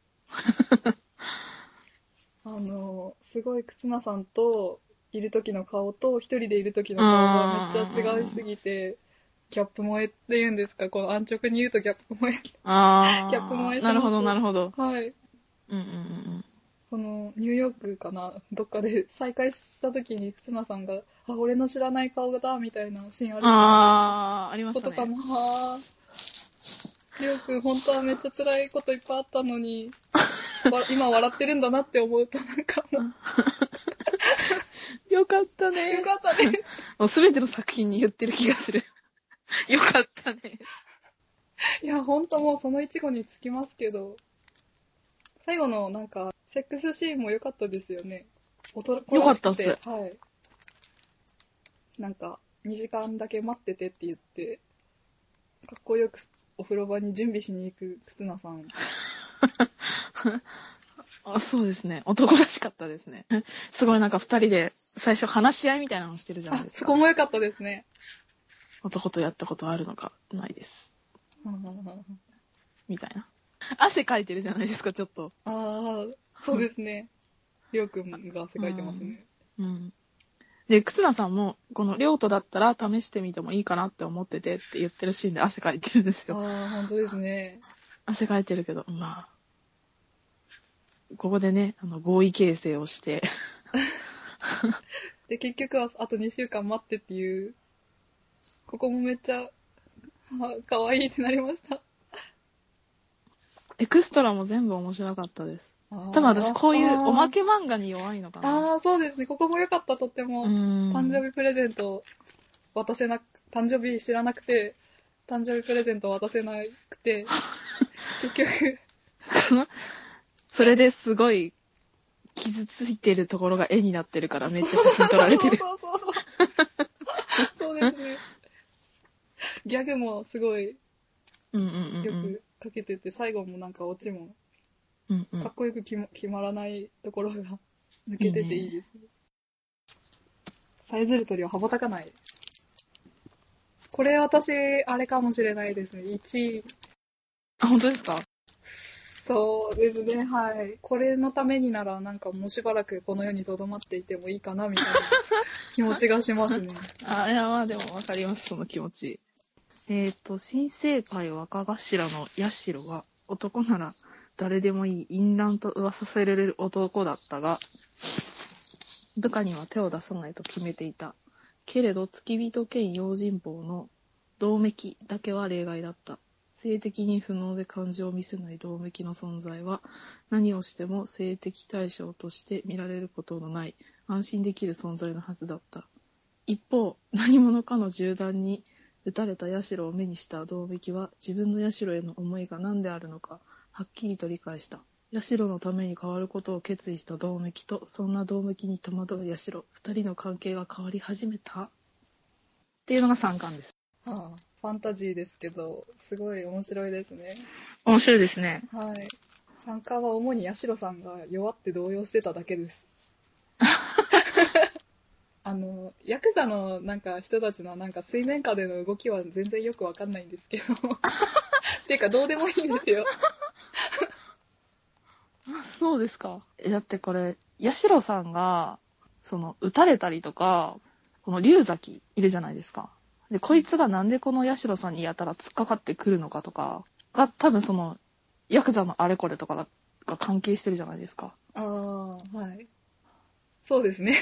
すごい忽那さんといる時の顔と一人でいる時の顔がめっちゃ違いすぎて、ギャップ萌えって言うんですか、この安直に言うとギャップ萌え。ギャップ萌えします。 なるほど。 はい。このニューヨークかな、どっかで再会した時に忽那さんが俺の知らない顔だみたいなシーンありましたね。 ことかもりょうくん本当はめっちゃ辛いこといっぱいあったのに今笑ってるんだなって思うとなんかもうよかったね。もう全ての作品に言ってる気がする。よかったね。 いや、ほんともうその一語につきますけど、最後のなんか、セックスシーンも良かったですよね。 よかったっす。 はい。なんか、2時間だけ待っててって言って、かっこよくお風呂場に準備しに行く忽那さん。 そうですね。男らしかったですね。すごいなんか二人で最初話し合いみたいなのしてるじゃないですか。 そこも良かったですね。 男とやったことあるのかないです。みたいな。汗かいてるじゃないですか、ちょっと。 そうですね。りょうくんが汗かいてますね。 で、忽那さんも、このりょうとだったら試してみてもいいかなって思っててって言ってるシーンで汗かいてるんですよ。 本当ですね。 汗かいてるけど、ここでね、合意形成をして。 で、結局はあと2週間待ってっていう、ここもめっちゃ、かわいいってなりました。 エクストラも全部面白かったです。多分私こういうおまけ漫画に弱いのかな。 そうですね。ここも良かった、とっても。誕生日プレゼント誕生日知らなくて、誕生日プレゼント渡せなくて、結局。 それですごい傷ついてるところが絵になってるからめっちゃ写真撮られてる。 そうですね。ギャグもすごいよくかけてて、最後もなんかオチもかっこよく決まらないところが抜けてていいですね。さえずる鳥は羽ばたかない。これ私あれかもしれないですね。1位。 本当ですか？ そうですね、はい。これのためにならなんかもうしばらくこの世に留まっていてもいいかなみたいな気持ちがしますね。 いやでもわかります、その気持ち。 新政界若頭の八代は、男なら誰でもいい淫乱と噂される男だったが、部下には手を出さないと決めていた。けれど、付き人兼用心棒の百目だけは例外だった。性的に不能で感情を見せない百目の存在は、何をしても性的対象として見られることのない、安心できる存在のはずだった。一方、何者かの銃弾に撃たれた社を目にした百目は、自分の社への思いが何であるのか、はっきりと理解した。社のために変わることを決意した百目と、そんな百目に戸惑う社、二人の関係が変わり始めたっていうのが3巻です。 はあ、ファンタジーですけど、すごい面白いですね。 面白いですね。 はい。3巻は主に社さんが弱って動揺してただけです。ヤクザのなんか人たちのなんか水面下での動きは全然よくわかんないんですけど。っていうかどうでもいいんですよ。 そうですか。だってこれ、社さんが、撃たれたりとか、この龍崎いるじゃないですか。で、こいつがなんでこの社さんにやたら突っかかってくるのかとかが、多分ヤクザのあれこれとかが関係してるじゃないですか。 ああ、はい。そうですね。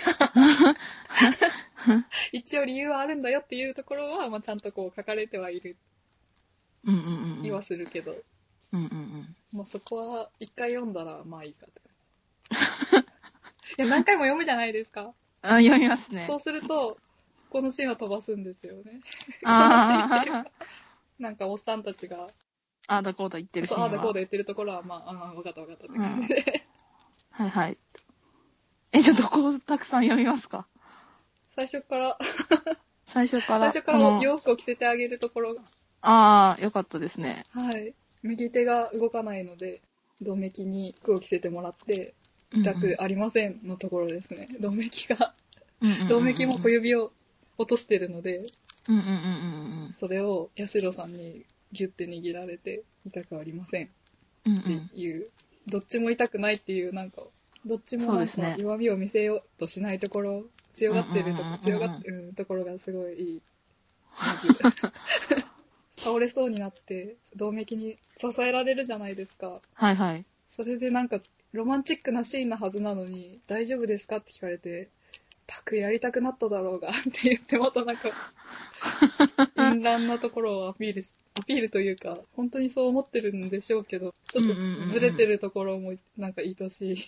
一応理由はあるんだよっていうところは、まあ、ちゃんとこう書かれてはいる気はするけど、まあ、そこは一回読んだらまあいいかと。いや、何回も読むじゃないですか。 あ、読みますね。 そうするとこのシーンは飛ばすんですよね。このシーンっていうか、なんかおっさんたちがああだこうだ言ってるシーンは。 ああだこうだ言ってるところはまあ分かった分かったって感じで、 はいはい。じゃあどこをたくさん読みますか？ 最初から最初から洋服を着せてあげるところが、 ああ、よかったですね。 はい。右手が動かないので、百目に服を着せてもらって、痛くありませんのところですね。百目が、百目も小指を落としてるので、それを社さんにギュッて握られて、痛くありませんっていう、どっちも痛くないっていう、なんか、どっちもなんか弱みを見せようとしないところ、強がってるところがすごいいい。まず倒れそうになって百目に支えられるじゃないですか。 はいはい。 それでなんかロマンチックなシーンなはずなのに、大丈夫ですかって聞かれて、たくやりたくなっただろうがって言って、またなんか淫乱なところをアピールというか、本当にそう思ってるんでしょうけど、ちょっとずれてるところもなんか愛しい。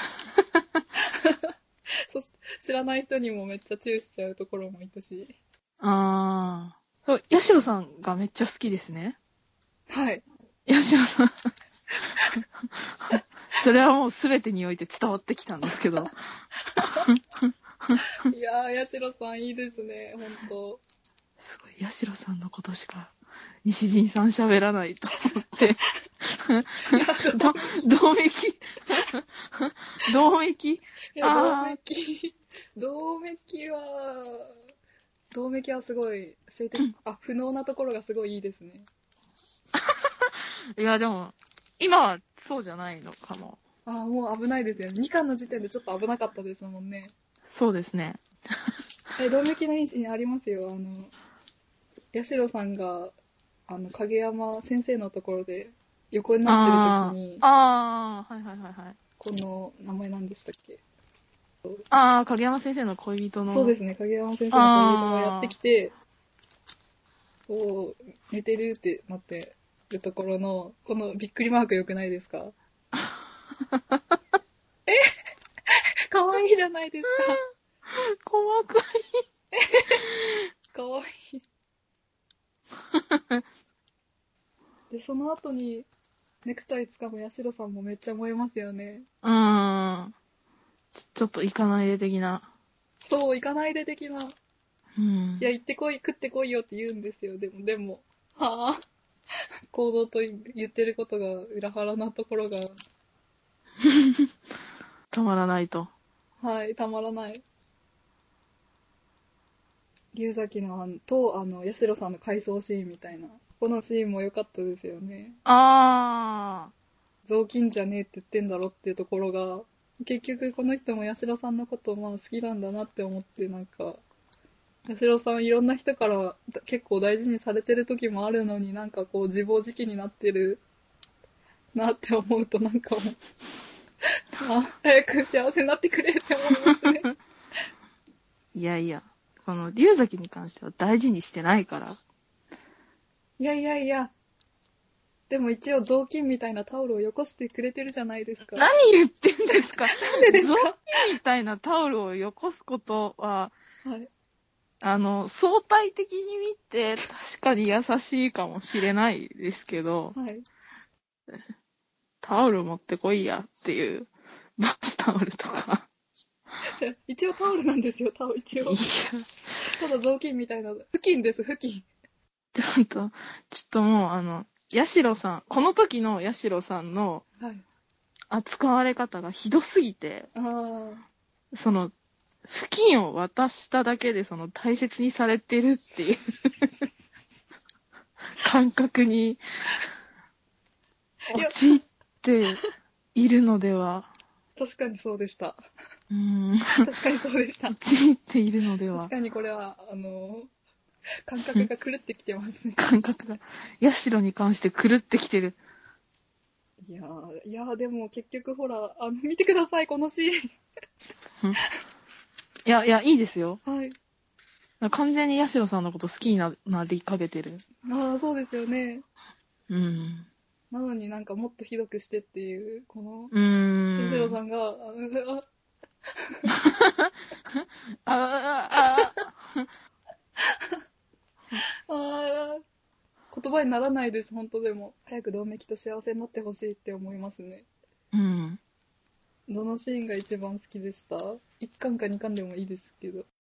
知らない人にもめっちゃチューしちゃうところも愛しい。 ああ。そう、社さんがめっちゃ好きですね。 はい。 社さん。それはもう全てにおいて伝わってきたんですけど。 いやー、社さんいいですね、ほんと。 すごい、社さんのことしか西陣さん喋らないと思って。同盟期はすごい性的、不能なところがすごいいいですね。 いや、でも、今はそうじゃないのかも。 もう危ないですよね。2巻の時点でちょっと危なかったですもんね。 そうですね。 同盟期のいいシーンありますよ。社さんが、影山先生のところで横になってる時に、 はいはいはいはい。 この名前何でしたっけ？ 影山先生の恋人の。 そうですね、影山先生の恋人がやってきて、寝てるってなってるところの、このびっくりマーク良くないですか？かわいいじゃないですか。 細かい。 かわいい。で、その後に、ネクタイ掴む社さんもめっちゃ燃えますよね。 ちょっと行かないで的な。 そう、行かないで的な。いや、行ってこい、食ってこいよって言うんですよ。でも、はぁ。行動と言ってることが裏腹なところが。 たまらないと。 はい、たまらない。龍崎のと、社さんの回想シーンみたいな。このシーンも良かったですよね。雑巾じゃねえって言ってんだろっていうところが、結局この人も社さんのことまあ好きなんだなって思って、なんか、 八代さんいろんな人から結構大事にされてる時もあるのに、なんかこう自暴自棄になってるなって思うと、なんかもう早く幸せになってくれって思いますね。 いやいや、この龍崎に関しては大事にしてないから。 いやいやいや、でも一応雑巾みたいなタオルをよこしてくれてるじゃないですか。 何言ってんですか。 なんでですか。 雑巾みたいなタオルをよこすことは、 はい、 相対的に見て確かに優しいかもしれないですけど、 はい、 タオル持ってこいやっていう、バスタオルとか。 一応タオルなんですよ、一応。ただ雑巾みたいな、布巾です、布巾。 ちょっともう八代さん、この時の八代さんの扱われ方がひどすぎて、 はい、 その、布巾を渡しただけで大切にされてるっていう感覚に陥っているのでは。 確かにそうでした。確かにそうでした。 陥っているのでは。 確かにこれは、感覚が狂ってきてますね。 感覚が、八代に関して狂ってきてる。 いや、でも結局ほら、見てください、このシーン。 いや、いいですよ。 はい。 完全に八代さんのこと好きになりかけてる。 ああ、そうですよね。 うん。 なのになんかもっとひどくしてっていう、この、八代さんが、言葉にならないです、本当でも。早く百目鬼と幸せになってほしいって思いますね。 うん。 どのシーンが一番好きでした？ 1 巻か2巻でもいいですけど。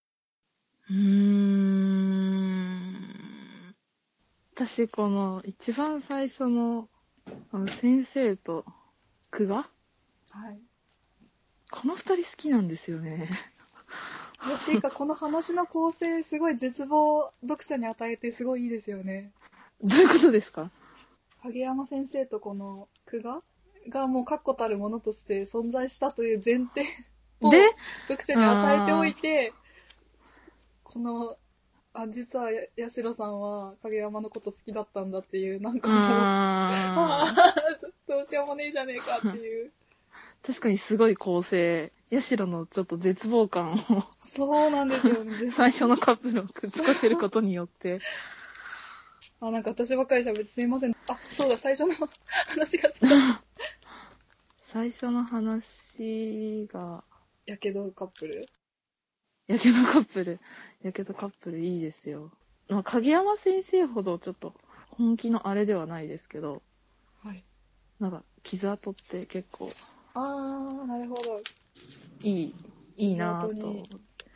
私、この一番最初の、先生と久我？ はい。 この二人好きなんですよね。 っていうか、この話の構成、すごい絶望読者に与えてすごいいいですよね。 どういうことですか？ 影山先生とこの久我がもう確固たるものとして存在したという前提を読者に与えておいて、この、実は八代さんは影山のこと好きだったんだっていう、なんかもう、どうしようもねえじゃねえかっていう。 確かにすごい構成。八代のちょっと絶望感を。 そうなんですよね。 最初のカップルをくっつかせることによって。 なんか私ばっかり喋ってすいません。そうだ、最初の話が最初の話が、 やけどカップル。 やけどカップルいいですよ。影山先生ほどちょっと本気のあれではないですけど、 はい。 なんか傷跡って結構、 なるほど。 いいなぁと。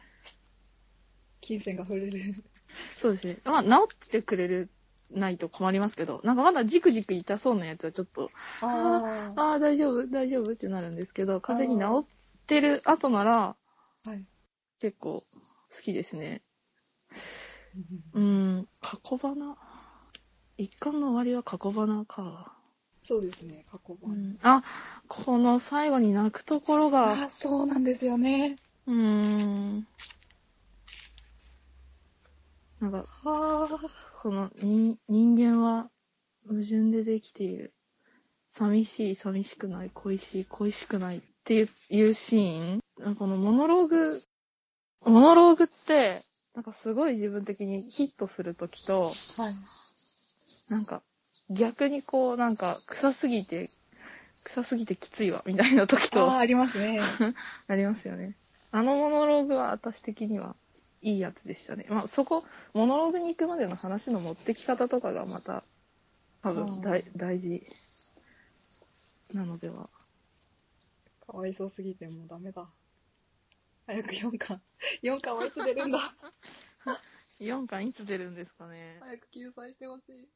金銭が触れる。 そうですね。治ってくれるないと困りますけど、なんかまだじくじく痛そうなやつはちょっと、大丈夫ってなるんですけど、風邪に治ってる後なら、はい、結構好きですね。過去花。一巻の終わりは過去花か。 そうですね、過去花。 この最後に泣くところが。 そうなんですよね。 なんか、この人間は矛盾でできている。寂しい、寂しくない、恋しい、恋しくないっていうシーン。このモノローグって、なんかすごい自分的にヒットするときと、はい、なんか逆にこうなんか臭すぎてきついわみたいなときと。 ありますね。 ありますよね。モノローグは私的にはいいやつでしたね。モノローグに行くまでの話の持ってき方とかがまた多分大事なのでは。 かわいそうすぎてもうダメだ。早く4巻。4巻はいつ出るんだ。 4巻いつ出るんですかね。 早く救済してほしい。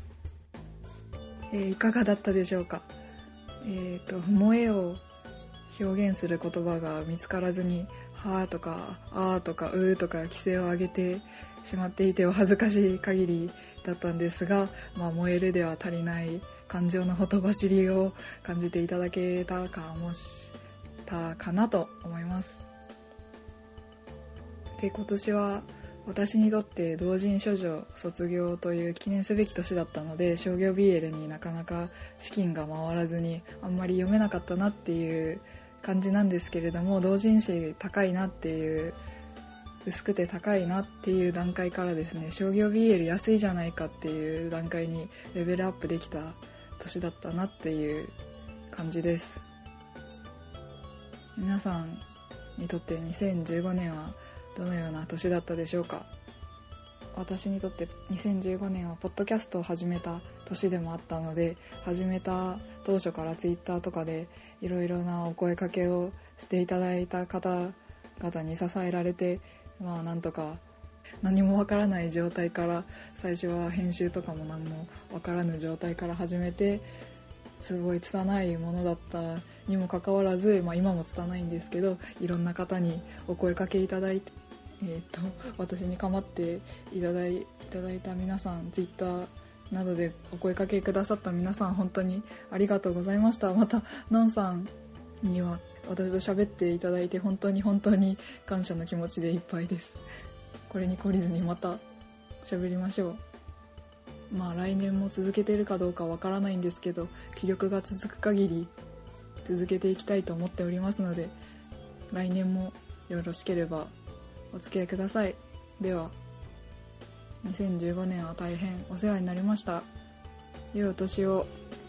いかがだったでしょうか。萌えを表現する言葉が見つからずにはーとかあーとかうーとか規制を上げてしまっていてお恥ずかしい限りだったんですが、燃えるでは足りない感情のほとばしりを感じていただけたかなと思います。で、今年は私にとって同人処女卒業という記念すべき年だったので、商業 BL になかなか資金が回らずにあんまり読めなかったなっていう感じなんですけれども、同人誌高いなっていう薄くて高いなっていう段階からですね、商業 BL 安いじゃないかっていう段階にレベルアップできた年だったなっていう感じです。皆さんにとって2015年はどのような年だったでしょうか。私にとって2015年はポッドキャストを始めた年でもあったので、始めた当初からツイッターとかでいろいろなお声かけをしていただいた方々に支えられて、なんとか何もわからない状態から、最初は編集とかも何もわからぬ状態から始めて、すごい拙いものだったにもかかわらず、今も拙いんですけど、いろんな方にお声かけいただいて、私に構っていただいた皆さん、ツイッターなどでお声かけくださった皆さん、本当にありがとうございました。またのんさんには私と喋っていただいて本当に感謝の気持ちでいっぱいです。これに懲りずにまた喋りましょう。来年も続けているかどうかわからないんですけど、気力が続く限り続けていきたいと思っておりますので、来年もよろしければお付き合いください。では、2015年は大変お世話になりました。良いお年を。